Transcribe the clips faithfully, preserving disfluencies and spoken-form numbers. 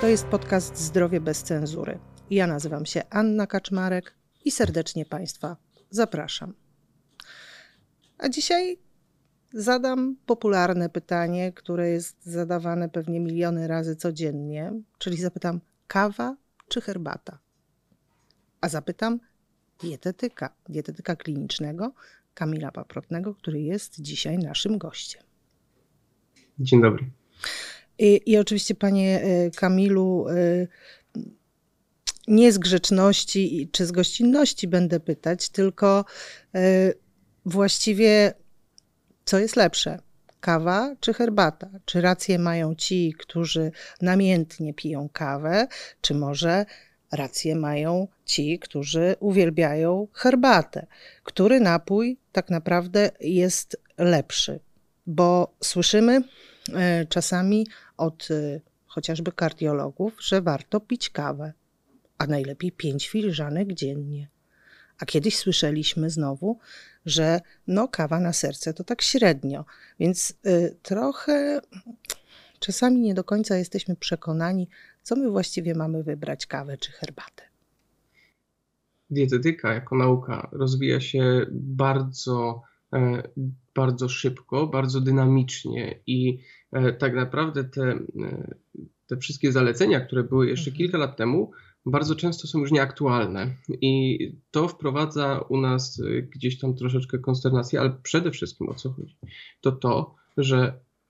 To jest podcast Zdrowie bez cenzury. Ja nazywam się Anna Kaczmarek i serdecznie Państwa zapraszam. A dzisiaj zadam popularne pytanie, które jest zadawane pewnie miliony razy codziennie, czyli zapytam: kawa czy herbata? A zapytam dietetyka, dietetyka klinicznego Kamila Paprotnego, który jest dzisiaj naszym gościem. Dzień dobry. I, i oczywiście, panie Kamilu, nie z grzeczności czy z gościnności będę pytać, tylko właściwie co jest lepsze? Kawa czy herbata? Czy rację mają ci, którzy namiętnie piją kawę, czy może rację mają ci, którzy uwielbiają herbatę? Który napój tak naprawdę jest lepszy? Bo słyszymy czasami od chociażby kardiologów, że warto pić kawę, a najlepiej pięć filiżanek dziennie. A kiedyś słyszeliśmy znowu, że no kawa na serce to tak średnio, więc y, trochę czasami nie do końca jesteśmy przekonani, co my właściwie mamy wybrać, kawę czy herbatę. Dietetyka jako nauka rozwija się bardzo, e, bardzo szybko, bardzo dynamicznie i e, tak naprawdę te, e, te wszystkie zalecenia, które były jeszcze mhm. kilka lat temu, bardzo często są już nieaktualne i to wprowadza u nas gdzieś tam troszeczkę konsternację, ale przede wszystkim o co chodzi? To to, że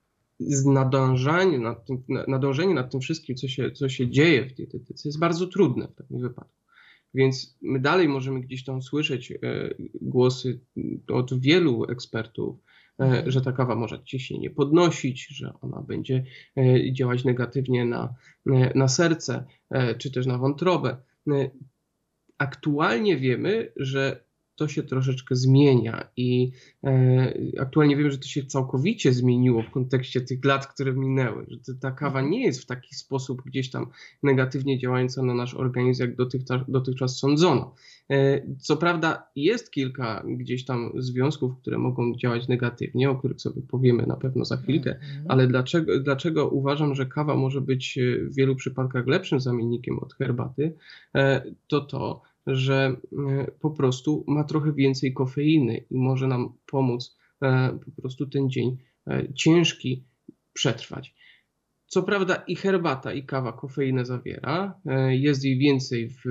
nadążanie nad tym, nadążenie nad tym wszystkim, co się, co się dzieje w dietetyce, jest bardzo trudne w takim wypadku. Więc my dalej możemy gdzieś tam słyszeć e, głosy od wielu ekspertów, e, że ta kawa może ciśnienie podnosić, że ona będzie e, działać negatywnie na, e, na serce, e, czy też na wątrobę. E, aktualnie wiemy, że to się troszeczkę zmienia i e, aktualnie wiem, że to się całkowicie zmieniło w kontekście tych lat, które minęły, że ta kawa nie jest w taki sposób gdzieś tam negatywnie działająca na nasz organizm, jak dotychczas, dotychczas sądzono. E, co prawda jest kilka gdzieś tam związków, które mogą działać negatywnie, o których sobie powiemy na pewno za chwilkę, mhm. ale dlaczego, dlaczego uważam, że kawa może być w wielu przypadkach lepszym zamiennikiem od herbaty, e, to to, że po prostu ma trochę więcej kofeiny i może nam pomóc po prostu ten dzień ciężki przetrwać. Co prawda i herbata, i kawa kofeinę zawiera, jest jej więcej w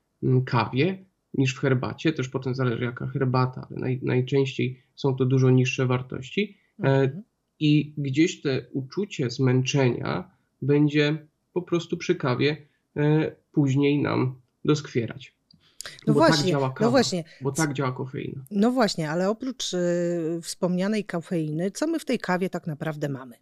kawie niż w herbacie, też potem zależy jaka herbata, ale naj, najczęściej są to dużo niższe wartości mhm. i gdzieś te uczucie zmęczenia będzie po prostu przy kawie później nam doskwierać. No bo właśnie, tak działa kawa, no właśnie. bo tak działa kofeina. No właśnie, ale oprócz y, wspomnianej kofeiny, co my w tej kawie tak naprawdę mamy?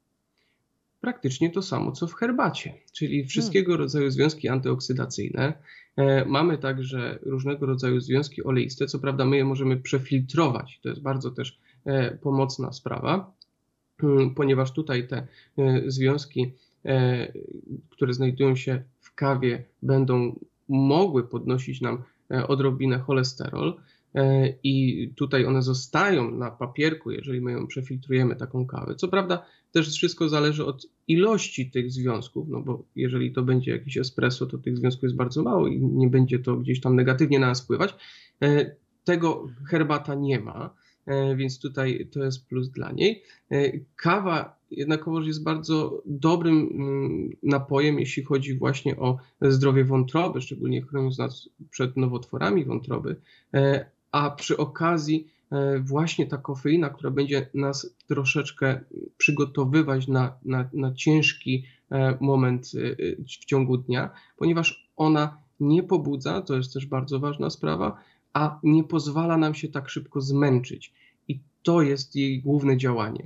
Praktycznie to samo, co w herbacie, czyli wszystkiego hmm. rodzaju związki antyoksydacyjne. E, mamy także różnego rodzaju związki oleiste, co prawda my je możemy przefiltrować, to jest bardzo też e, pomocna sprawa, hmm, ponieważ tutaj te e, związki, e, które znajdują się w kawie, będą mogły podnosić nam odrobinę cholesterol i tutaj one zostają na papierku, jeżeli my ją przefiltrujemy, taką kawę. Co prawda też wszystko zależy od ilości tych związków, no bo jeżeli to będzie jakiś espresso, to tych związków jest bardzo mało i nie będzie to gdzieś tam negatywnie na nas wpływać. Tego herbata nie ma, więc tutaj to jest plus dla niej. Kawa jednakowoż jest bardzo dobrym napojem, jeśli chodzi właśnie o zdrowie wątroby, szczególnie chroniąc nas przed nowotworami wątroby, a przy okazji właśnie ta kofeina, która będzie nas troszeczkę przygotowywać na, na, na ciężki moment w ciągu dnia, ponieważ ona nie pobudza, to jest też bardzo ważna sprawa, a nie pozwala nam się tak szybko zmęczyć. I to jest jej główne działanie.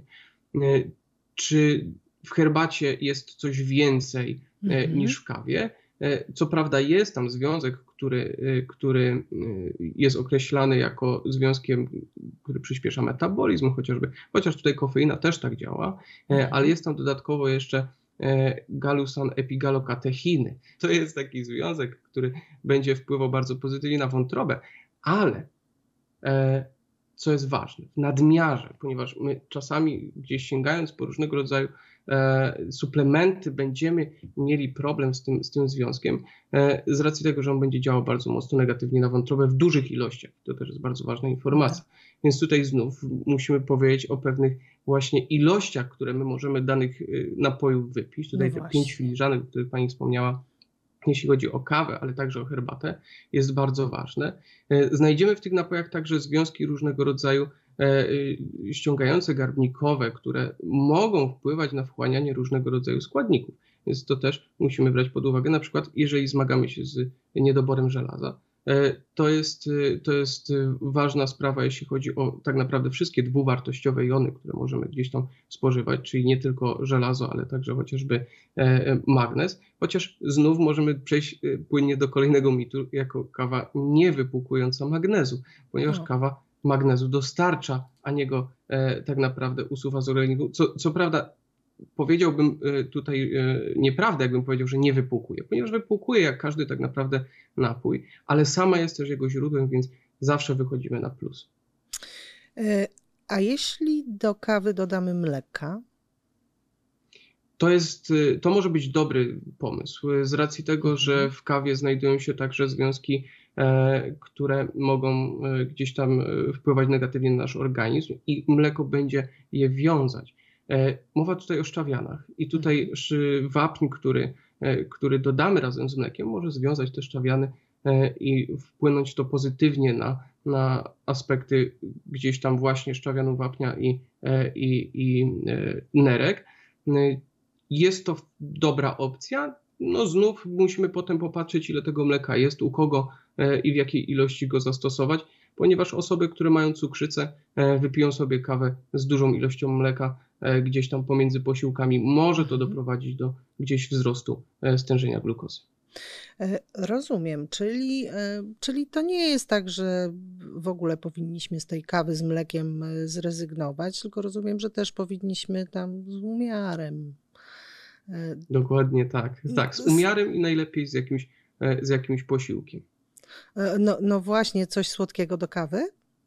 Czy w herbacie jest coś więcej mm-hmm. niż w kawie? Co prawda jest tam związek, który, który jest określany jako związkiem, który przyspiesza metabolizm chociażby, chociaż tutaj kofeina też tak działa, mm-hmm. ale jest tam dodatkowo jeszcze galusan epigalokatechiny. To jest taki związek, który będzie wpływał bardzo pozytywnie na wątrobę, ale co jest ważne, w nadmiarze, ponieważ my czasami gdzieś sięgając po różnego rodzaju e, suplementy będziemy mieli problem z tym, z tym związkiem e, z racji tego, że on będzie działał bardzo mocno negatywnie na wątrobę w dużych ilościach. To też jest bardzo ważna informacja. Więc tutaj znów musimy powiedzieć o pewnych właśnie ilościach, które my możemy danych napojów wypić. Tutaj No te pięć filiżanek, o których Pani wspomniała, jeśli chodzi o kawę, ale także o herbatę, jest bardzo ważne. Znajdziemy w tych napojach także związki różnego rodzaju ściągające, garbnikowe, które mogą wpływać na wchłanianie różnego rodzaju składników. Więc to też musimy brać pod uwagę. Na przykład, jeżeli zmagamy się z niedoborem żelaza, to jest, to jest ważna sprawa, jeśli chodzi o tak naprawdę wszystkie dwuwartościowe jony, które możemy gdzieś tam spożywać, czyli nie tylko żelazo, ale także chociażby magnez. Chociaż znów możemy przejść płynnie do kolejnego mitu, jako kawa nie wypłukująca magnezu, ponieważ No. kawa magnezu dostarcza, a nie go tak naprawdę usuwa z organizmu. Co, co prawda powiedziałbym tutaj nieprawdę, jakbym powiedział, że nie wypłukuje, ponieważ wypłukuje jak każdy tak naprawdę napój, ale sama jest też jego źródłem, więc zawsze wychodzimy na plus. A jeśli do kawy dodamy mleka? To jest, to może być dobry pomysł z racji tego, że w kawie znajdują się także związki, które mogą gdzieś tam wpływać negatywnie na nasz organizm i mleko będzie je wiązać. Mowa tutaj o szczawianach i tutaj wapń, który, który dodamy razem z mlekiem, może związać te szczawiany i wpłynąć to pozytywnie na, na aspekty gdzieś tam właśnie szczawianu wapnia i, i, i nerek. Jest to dobra opcja. No znów musimy potem popatrzeć, ile tego mleka jest, u kogo i w jakiej ilości go zastosować, ponieważ osoby, które mają cukrzycę, wypiją sobie kawę z dużą ilością mleka gdzieś tam pomiędzy posiłkami. Może to doprowadzić do gdzieś wzrostu stężenia glukozy. Rozumiem, czyli, czyli to nie jest tak, że w ogóle powinniśmy z tej kawy z mlekiem zrezygnować, tylko rozumiem, że też powinniśmy tam z umiarem. Dokładnie tak. Tak, z umiarem i najlepiej z jakimś, z jakimś posiłkiem. No, no właśnie, coś słodkiego do kawy?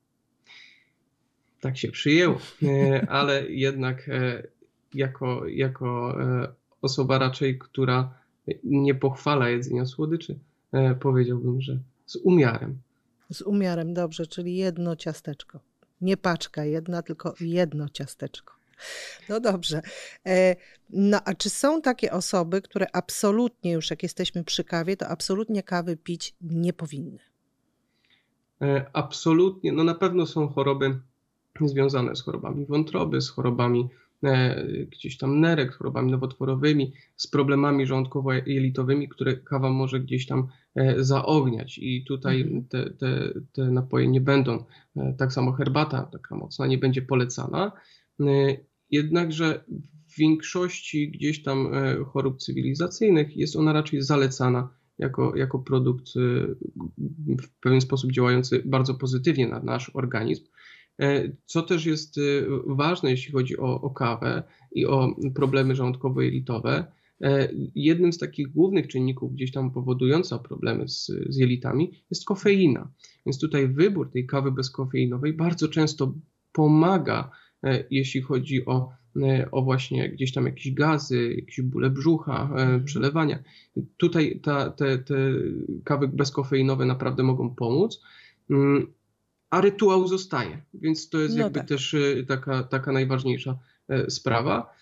Tak się przyjęło, ale jednak jako, jako osoba raczej, która nie pochwala jedzenia słodyczy, powiedziałbym, że z umiarem. Z umiarem, dobrze, czyli jedno ciasteczko. Nie paczka jedna, tylko jedno ciasteczko. No dobrze. No a czy są takie osoby, które absolutnie już jak jesteśmy przy kawie, to absolutnie kawy pić nie powinny? Absolutnie. No na pewno są choroby związane z chorobami wątroby, z chorobami gdzieś tam nerek, z chorobami nowotworowymi, z problemami żołądkowo-jelitowymi, które kawa może gdzieś tam zaogniać i tutaj mhm. te, te, te napoje nie będą, tak samo herbata taka mocna nie będzie polecana, jednakże w większości gdzieś tam chorób cywilizacyjnych jest ona raczej zalecana jako, jako produkt w pewien sposób działający bardzo pozytywnie na nasz organizm. Co też jest ważne, jeśli chodzi o, o kawę i o problemy żołądkowo-jelitowe, jednym z takich głównych czynników gdzieś tam powodująca problemy z, z jelitami jest kofeina. Więc tutaj wybór tej kawy bezkofeinowej bardzo często pomaga, jeśli chodzi o, o właśnie gdzieś tam jakieś gazy, jakieś bóle brzucha, przelewania. Tutaj ta, te, te kawy bezkofeinowe naprawdę mogą pomóc. A rytuał zostaje, więc to jest no jakby tak. też taka, taka najważniejsza sprawa.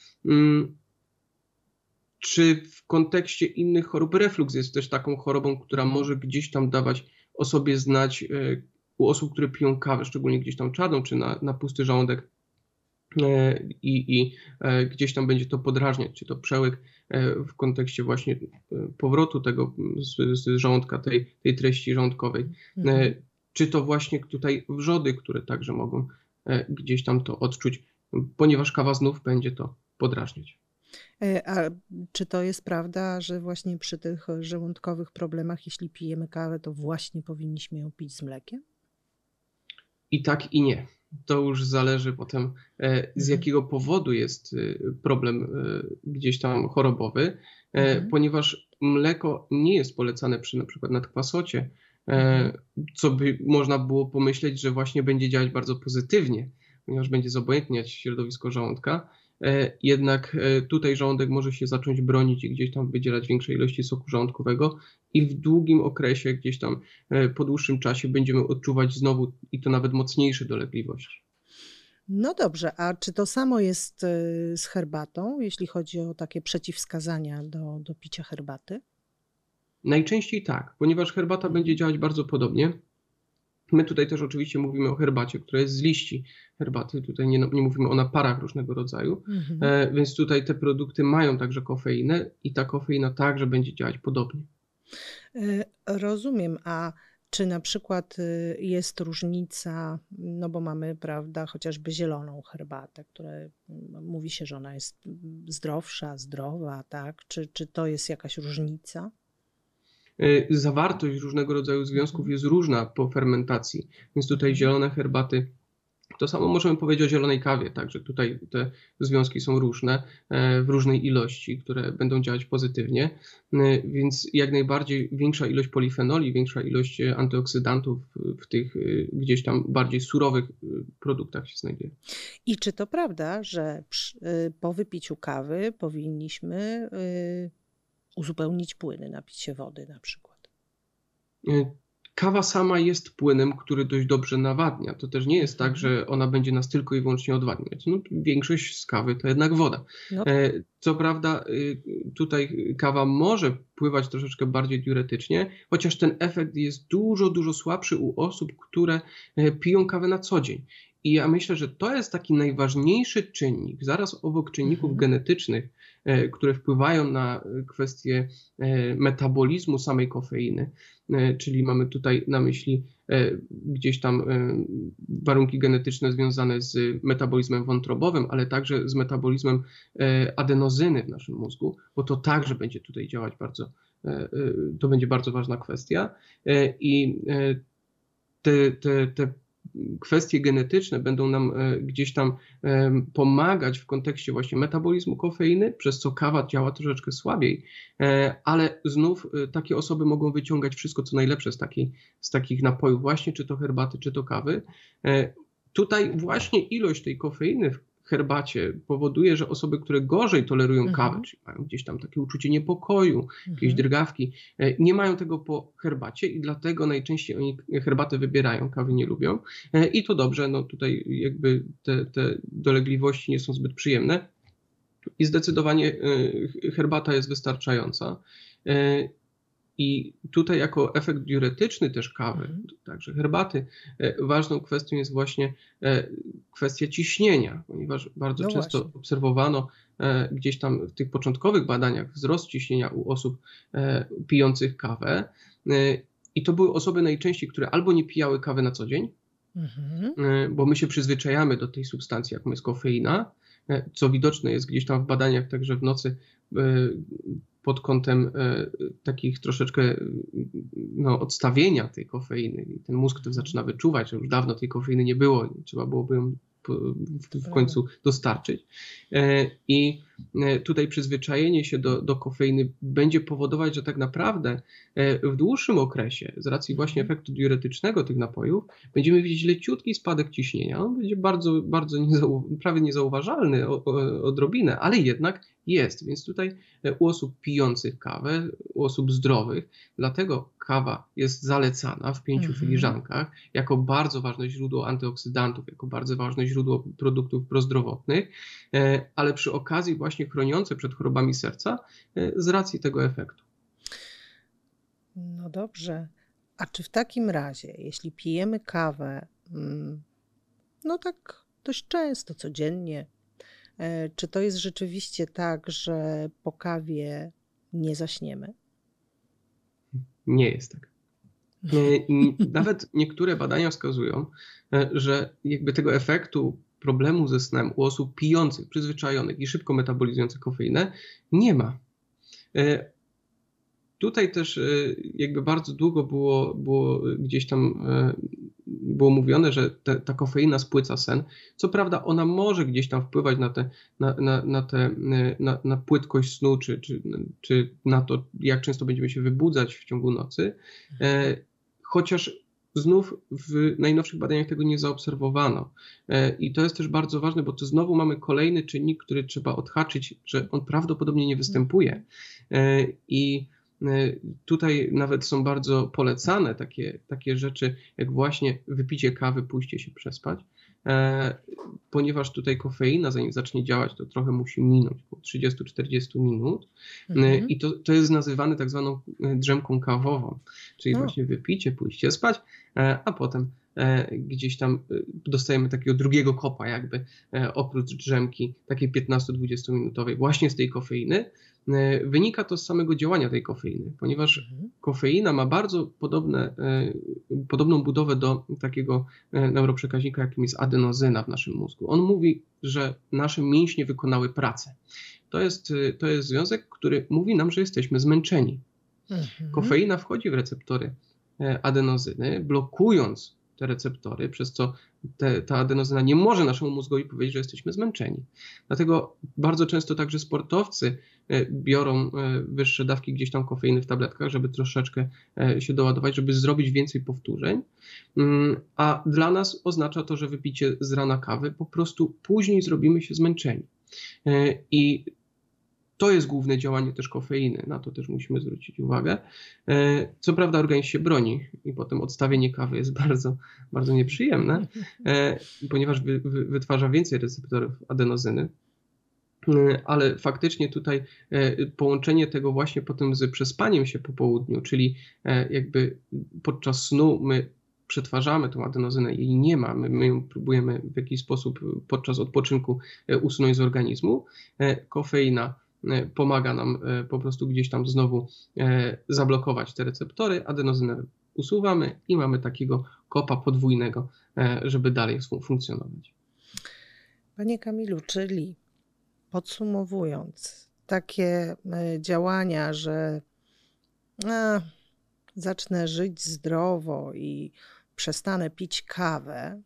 Czy w kontekście innych chorób refluks jest też taką chorobą, która może gdzieś tam dawać o sobie znać u osób, które piją kawę, szczególnie gdzieś tam czadą, czy na, na pusty żołądek i, i gdzieś tam będzie to podrażniać, czy to przełyk w kontekście właśnie powrotu tego z, z żołądka, tej, tej treści żołądkowej. Mhm. Czy to właśnie tutaj wrzody, które także mogą gdzieś tam to odczuć, ponieważ kawa znów będzie to podrażniać. A czy to jest prawda, że właśnie przy tych żołądkowych problemach, jeśli pijemy kawę, to właśnie powinniśmy ją pić z mlekiem? I tak, i nie. To już zależy potem, z jakiego powodu jest problem gdzieś tam chorobowy, mhm. ponieważ mleko nie jest polecane przy na przykład nadkwasocie, co by można było pomyśleć, że właśnie będzie działać bardzo pozytywnie, ponieważ będzie zobojętniać środowisko żołądka. Jednak tutaj żołądek może się zacząć bronić i gdzieś tam wydzielać większej ilości soku żołądkowego i w długim okresie, gdzieś tam po dłuższym czasie będziemy odczuwać znowu i to nawet mocniejsze dolegliwości. No dobrze, a czy to samo jest z herbatą, jeśli chodzi o takie przeciwwskazania do, do picia herbaty? Najczęściej tak, ponieważ herbata będzie działać bardzo podobnie. My tutaj też oczywiście mówimy o herbacie, która jest z liści herbaty. Tutaj nie, nie mówimy o naparach różnego rodzaju, mhm. e, więc tutaj te produkty mają także kofeinę i ta kofeina także będzie działać podobnie. Rozumiem, a czy na przykład jest różnica, no bo mamy, prawda, chociażby zieloną herbatę, która mówi się, że ona jest zdrowsza, zdrowa, tak? Czy, czy to jest jakaś różnica? Zawartość różnego rodzaju związków jest różna po fermentacji, więc tutaj zielone herbaty, to samo możemy powiedzieć o zielonej kawie, także tutaj te związki są różne, w różnej ilości, które będą działać pozytywnie, więc jak najbardziej większa ilość polifenoli, większa ilość antyoksydantów w tych gdzieś tam bardziej surowych produktach się znajduje. I czy to prawda, że po wypiciu kawy powinniśmy uzupełnić płyny, napić się wody na przykład? Kawa sama jest płynem, który dość dobrze nawadnia. To też nie jest tak, że ona będzie nas tylko i wyłącznie odwadniać. No, większość z kawy to jednak woda. No. Co prawda tutaj kawa może pływać troszeczkę bardziej diuretycznie, chociaż ten efekt jest dużo, dużo słabszy u osób, które piją kawę na co dzień. I ja myślę, że to jest taki najważniejszy czynnik, zaraz obok czynników mhm. genetycznych, które wpływają na kwestię metabolizmu samej kofeiny, czyli mamy tutaj na myśli gdzieś tam warunki genetyczne związane z metabolizmem wątrobowym, ale także z metabolizmem adenozyny w naszym mózgu, bo to także będzie tutaj działać bardzo, to będzie bardzo ważna kwestia. I te, te, te kwestie genetyczne będą nam gdzieś tam pomagać w kontekście właśnie metabolizmu kofeiny, przez co kawa działa troszeczkę słabiej, ale znów takie osoby mogą wyciągać wszystko, co najlepsze z, takiej, z takich napojów właśnie, czy to herbaty, czy to kawy. Tutaj właśnie ilość tej kofeiny w herbacie powoduje, że osoby, które gorzej tolerują mhm. kawę, czyli mają gdzieś tam takie uczucie niepokoju, mhm. jakieś drgawki, nie mają tego po herbacie i dlatego najczęściej oni herbatę wybierają, kawy nie lubią. I to dobrze, no tutaj jakby te, te dolegliwości nie są zbyt przyjemne i zdecydowanie herbata jest wystarczająca. I tutaj jako efekt diuretyczny też kawy, mhm. także herbaty, ważną kwestią jest właśnie kwestia ciśnienia, ponieważ bardzo no często właśnie. obserwowano gdzieś tam w tych początkowych badaniach wzrost ciśnienia u osób pijących kawę i to były osoby najczęściej, które albo nie pijały kawy na co dzień, mhm. bo my się przyzwyczajamy do tej substancji, jaką jest kofeina, co widoczne jest gdzieś tam w badaniach także w nocy pod kątem takich troszeczkę no, odstawienia tej kofeiny. I ten mózg to zaczyna wyczuwać, że już dawno tej kofeiny nie było i trzeba byłoby ją w końcu dostarczyć. I tutaj przyzwyczajenie się do, do kofeiny będzie powodować, że tak naprawdę w dłuższym okresie, z racji właśnie efektu diuretycznego tych napojów, będziemy widzieć leciutki spadek ciśnienia. On będzie bardzo, bardzo niezau- prawie niezauważalny o, o, odrobinę, ale jednak jest. Więc tutaj u osób pijących kawę, u osób zdrowych, dlatego kawa jest zalecana w pięciu mhm. filiżankach jako bardzo ważne źródło antyoksydantów, jako bardzo ważne źródło produktów prozdrowotnych, ale przy okazji właśnie chroniące przed chorobami serca z racji tego efektu. No dobrze. A czy w takim razie, jeśli pijemy kawę, no tak dość często, codziennie, czy to jest rzeczywiście tak, że po kawie nie zaśniemy? Nie jest tak. I nawet niektóre badania wskazują, że jakby tego efektu problemu ze snem u osób pijących, przyzwyczajonych i szybko metabolizujących kofeinę nie ma. Tutaj też jakby bardzo długo było, było gdzieś tam było mówione, że te, ta kofeina spłyca sen. Co prawda ona może gdzieś tam wpływać na, te, na, na, na, te, na, na płytkość snu, czy, czy, czy na to, jak często będziemy się wybudzać w ciągu nocy. chociaż znów w najnowszych badaniach tego nie zaobserwowano. I to jest też bardzo ważne, bo tu znowu mamy kolejny czynnik, który trzeba odhaczyć, że on prawdopodobnie nie występuje. I tutaj nawet są bardzo polecane takie, takie rzeczy, jak właśnie wypicie kawy, pójście się przespać, ponieważ tutaj kofeina, zanim zacznie działać, to trochę musi minąć, około trzydzieści do czterdziestu minut. Mhm. I to, to jest nazywane tak zwaną drzemką kawową, czyli no. właśnie wypicie, pójście spać, a potem gdzieś tam dostajemy takiego drugiego kopa jakby oprócz drzemki, takiej piętnasto-dwudziestominutowej właśnie z tej kofeiny. Wynika to z samego działania tej kofeiny, ponieważ mhm. kofeina ma bardzo podobne, podobną budowę do takiego neuroprzekaźnika, jakim jest adenozyna w naszym mózgu. On mówi, że nasze mięśnie wykonały pracę. To jest, to jest związek, który mówi nam, że jesteśmy zmęczeni. Mhm. Kofeina wchodzi w receptory adenozyny, blokując te receptory, przez co te, ta adenozyna nie może naszemu mózgowi powiedzieć, że jesteśmy zmęczeni. Dlatego bardzo często także sportowcy biorą wyższe dawki gdzieś tam kofeiny w tabletkach, żeby troszeczkę się doładować, żeby zrobić więcej powtórzeń, a dla nas oznacza to, że wypicie z rana kawy po prostu później zrobimy się zmęczeni. I to jest główne działanie też kofeiny, na to też musimy zwrócić uwagę. Co prawda organizm się broni i potem odstawienie kawy jest bardzo, bardzo nieprzyjemne, ponieważ wy, wy, wytwarza więcej receptorów adenozyny, ale faktycznie tutaj połączenie tego właśnie potem z przespaniem się po południu, czyli jakby podczas snu my przetwarzamy tą adenozynę, jej nie ma, my, my ją próbujemy w jakiś sposób podczas odpoczynku usunąć z organizmu. Kofeina pomaga nam po prostu gdzieś tam znowu zablokować te receptory, adenozynę usuwamy i mamy takiego kopa podwójnego, żeby dalej funkcjonować. Panie Kamilu, czyli podsumowując, takie działania, że a, zacznę żyć zdrowo i przestanę pić kawę,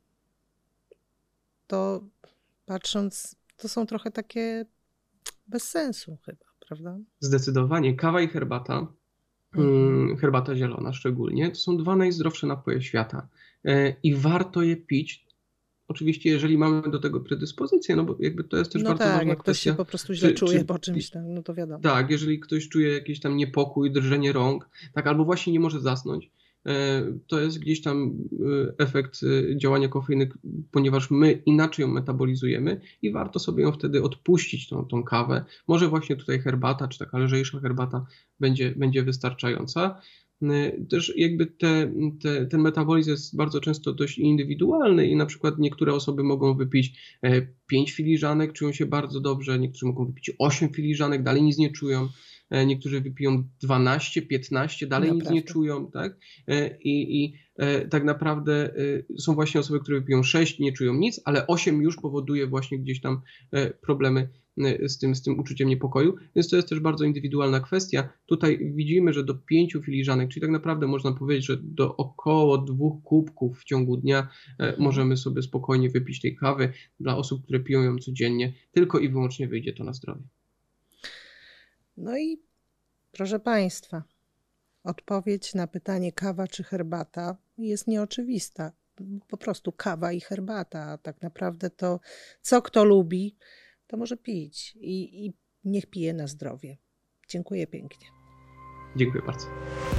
to patrząc, to są trochę takie bez sensu chyba, prawda? Zdecydowanie. Kawa i herbata, mhm. herbata zielona szczególnie, to są dwa najzdrowsze napoje świata i warto je pić. Oczywiście, jeżeli mamy do tego predyspozycję, no bo jakby to jest też no bardzo tak, ważna jak kwestia. Ktoś się po prostu źle czy, czuje czy, po czymś tam, no to wiadomo. Tak, jeżeli ktoś czuje jakiś tam niepokój, drżenie rąk, tak, albo właśnie nie może zasnąć, to jest gdzieś tam efekt działania kofeiny, ponieważ my inaczej ją metabolizujemy i warto sobie ją wtedy odpuścić, tą, tą kawę. Może właśnie tutaj herbata, czy taka lżejsza herbata będzie, będzie wystarczająca. Też jakby te, te, ten metabolizm jest bardzo często dość indywidualny i na przykład niektóre osoby mogą wypić pięć filiżanek, czują się bardzo dobrze, niektórzy mogą wypić osiem filiżanek, dalej nic nie czują. Niektórzy wypiją dwanaście, piętnaście, dalej naprawdę nic nie czują, tak? I, i tak naprawdę są właśnie osoby, które wypiją sześć, nie czują nic, ale osiem już powoduje właśnie gdzieś tam problemy z tym, z tym uczuciem niepokoju, więc to jest też bardzo indywidualna kwestia. Tutaj widzimy, że do pięciu filiżanek, czyli tak naprawdę można powiedzieć, że do około dwóch kubków w ciągu dnia mhm. możemy sobie spokojnie wypić tej kawy. Dla osób, które piją ją codziennie, tylko i wyłącznie wyjdzie to na zdrowie. No i proszę Państwa, odpowiedź na pytanie kawa czy herbata jest nieoczywista. Po prostu kawa i herbata, a tak naprawdę to co kto lubi, to może pić i, i niech pije na zdrowie. Dziękuję pięknie. Dziękuję bardzo.